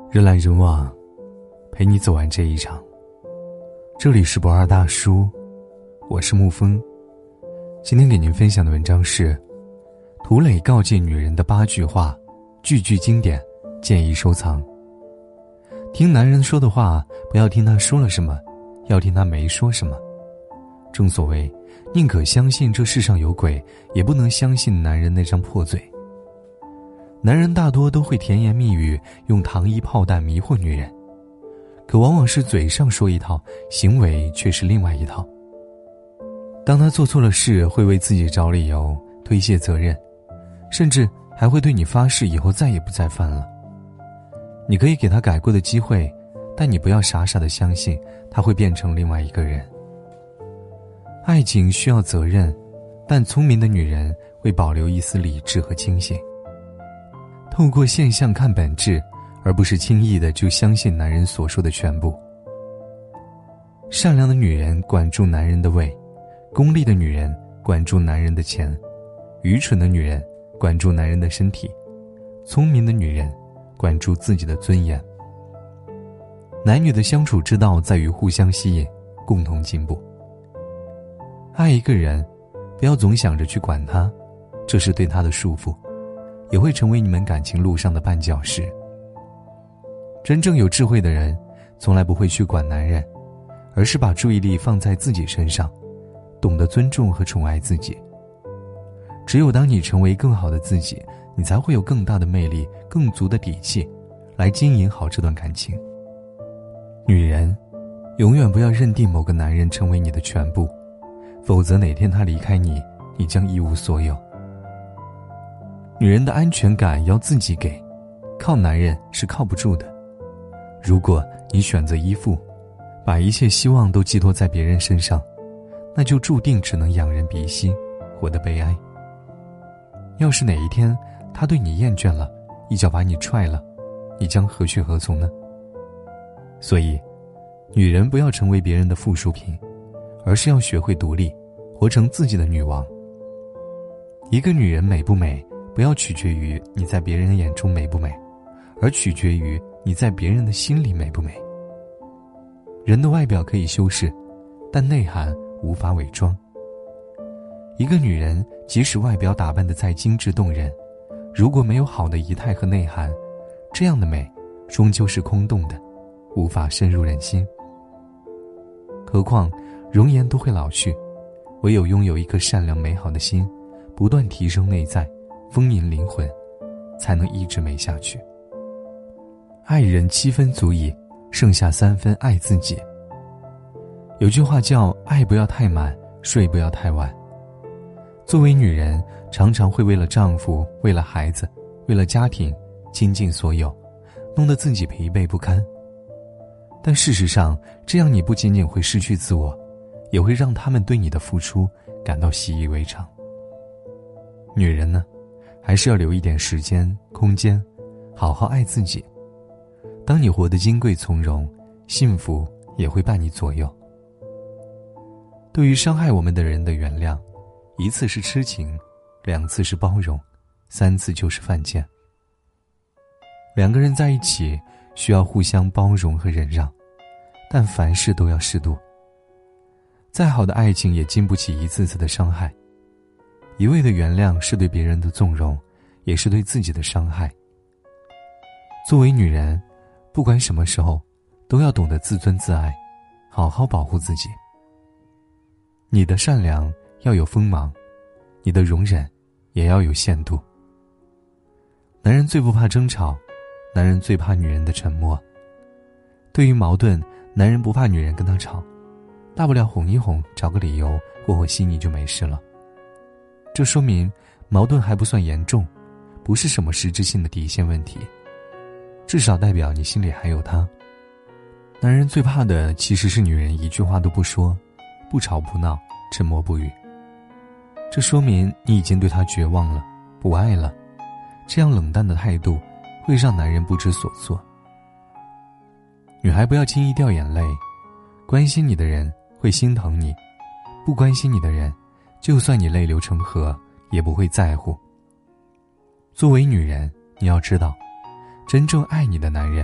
人来人往，陪你走完这一场。这里是不二大叔，我是沐风。今天给您分享的文章是涂磊告诫女人的8句话，句句经典，建议收藏。听男人说的话，不要听他说了什么，要听他没说什么。正所谓，宁可相信这世上有鬼，也不能相信男人那张破嘴。男人大多都会甜言蜜语，用糖衣炮弹迷惑女人，可往往是嘴上说一套，行为却是另外一套。当他做错了事，会为自己找理由，推卸责任，甚至还会对你发誓以后再也不再犯了。你可以给他改过的机会，但你不要傻傻的相信他会变成另外一个人。爱情需要责任，但聪明的女人会保留一丝理智和清醒。透过现象看本质，而不是轻易的就相信男人所说的全部。善良的女人管住男人的胃，功利的女人管住男人的钱，愚蠢的女人管住男人的身体，聪明的女人管住自己的尊严。男女的相处之道在于互相吸引，共同进步。爱一个人，不要总想着去管他，这是对他的束缚，也会成为你们感情路上的绊脚石。真正有智慧的人，从来不会去管男人，而是把注意力放在自己身上，懂得尊重和宠爱自己。只有当你成为更好的自己，你才会有更大的魅力，更足的底气，来经营好这段感情。女人，永远不要认定某个男人成为你的全部，否则哪天他离开你，你将一无所有。女人的安全感要自己给，靠男人是靠不住的。如果你选择依附，把一切希望都寄托在别人身上，那就注定只能仰人鼻息，活得悲哀。要是哪一天他对你厌倦了，一脚把你踹了，你将何去何从呢？所以，女人不要成为别人的附属品，而是要学会独立，活成自己的女王。一个女人美不美，不要取决于你在别人眼中美不美，而取决于你在别人的心里美不美。人的外表可以修饰，但内涵无法伪装。一个女人即使外表打扮得再精致动人，如果没有好的仪态和内涵，这样的美终究是空洞的，无法深入人心。何况容颜都会老去，唯有拥有一颗善良美好的心，不断提升内在，丰盈灵魂，才能一直美下去。爱人7分足矣，剩下3分爱自己。有句话叫爱不要太满，睡不要太晚。作为女人，常常会为了丈夫，为了孩子，为了家庭，倾尽所有，弄得自己疲惫不堪。但事实上，这样你不仅仅会失去自我，也会让他们对你的付出感到习以为常。女人呢，还是要留一点时间、空间，好好爱自己。当你活得金贵从容，幸福也会伴你左右。对于伤害我们的人的原谅，1次是痴情，2次是包容，3次就是犯贱。2个人在一起，需要互相包容和忍让，但凡事都要适度。再好的爱情也经不起一次次的伤害。一味的原谅是对别人的纵容，也是对自己的伤害。作为女人，不管什么时候，都要懂得自尊自爱，好好保护自己。你的善良要有锋芒，你的容忍也要有限度。男人最不怕争吵，男人最怕女人的沉默。对于矛盾，男人不怕女人跟他吵，大不了哄一哄，找个理由和和稀泥就没事了。这说明矛盾还不算严重，不是什么实质性的底线问题，至少代表你心里还有他。男人最怕的其实是女人一句话都不说，不吵不闹，沉默不语。这说明你已经对他绝望了，不爱了。这样冷淡的态度会让男人不知所措。女孩不要轻易掉眼泪，关心你的人会心疼你，不关心你的人，就算你泪流成河，也不会在乎。作为女人，你要知道，真正爱你的男人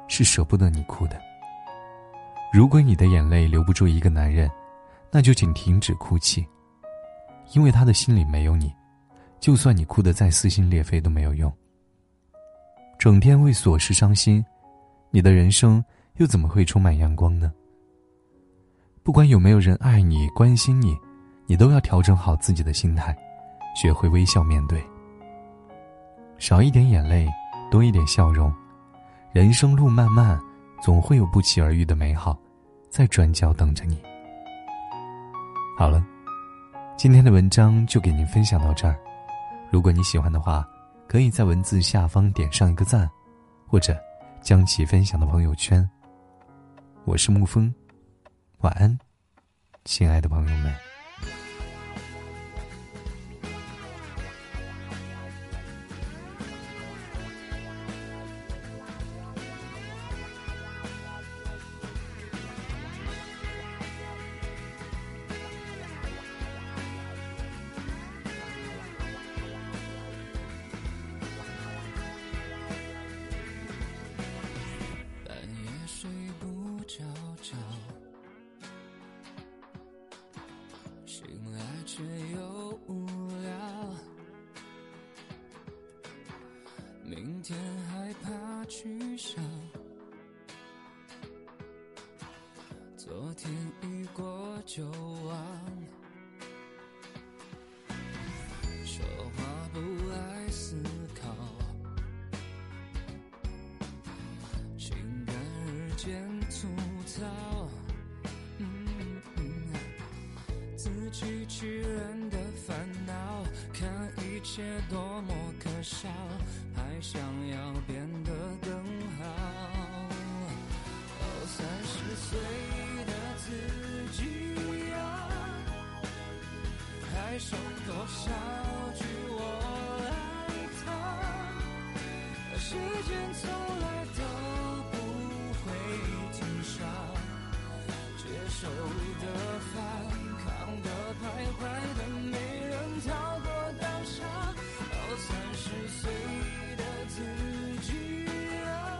是舍不得你哭的。如果你的眼泪留不住一个男人，那就请停止哭泣，因为他的心里没有你，就算你哭得再撕心裂肺都没有用。整天为琐事伤心，你的人生又怎么会充满阳光呢？不管有没有人爱你关心你，你都要调整好自己的心态，学会微笑面对。少一点眼泪，多一点笑容，人生路漫漫，总会有不期而遇的美好在转角等着你。好了，今天的文章就给您分享到这儿。如果你喜欢的话，可以在文字下方点上一个赞，或者将其分享到朋友圈。我是沐风，晚安，亲爱的朋友们。 睡不着觉，醒来却又无聊，明天害怕取消，昨天已过就忘，说话不爱思考，间粗糙，自欺欺人的烦恼，看一切多么可笑，还想要变得更好。30岁的自己啊，还剩多少句我爱他？时间从来都接受的反抗的徘徊的没人逃过当下。30岁的自己啊，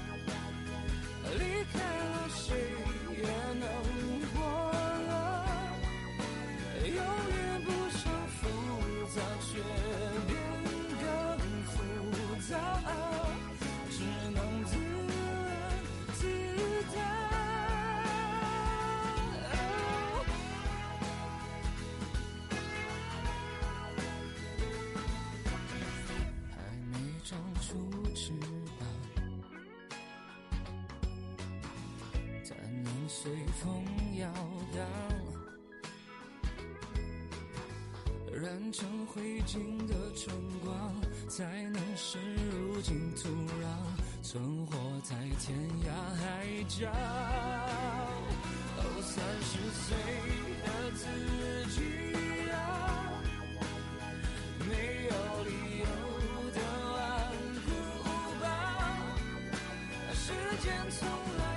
离开了谁也能活了，永远不想复杂却变更复杂，只能自问自答。长出翅膀，才能随风摇荡，染成灰烬的春光，才能是如今土壤，存活在天涯海角。30岁的自己啊，没有理由时间从来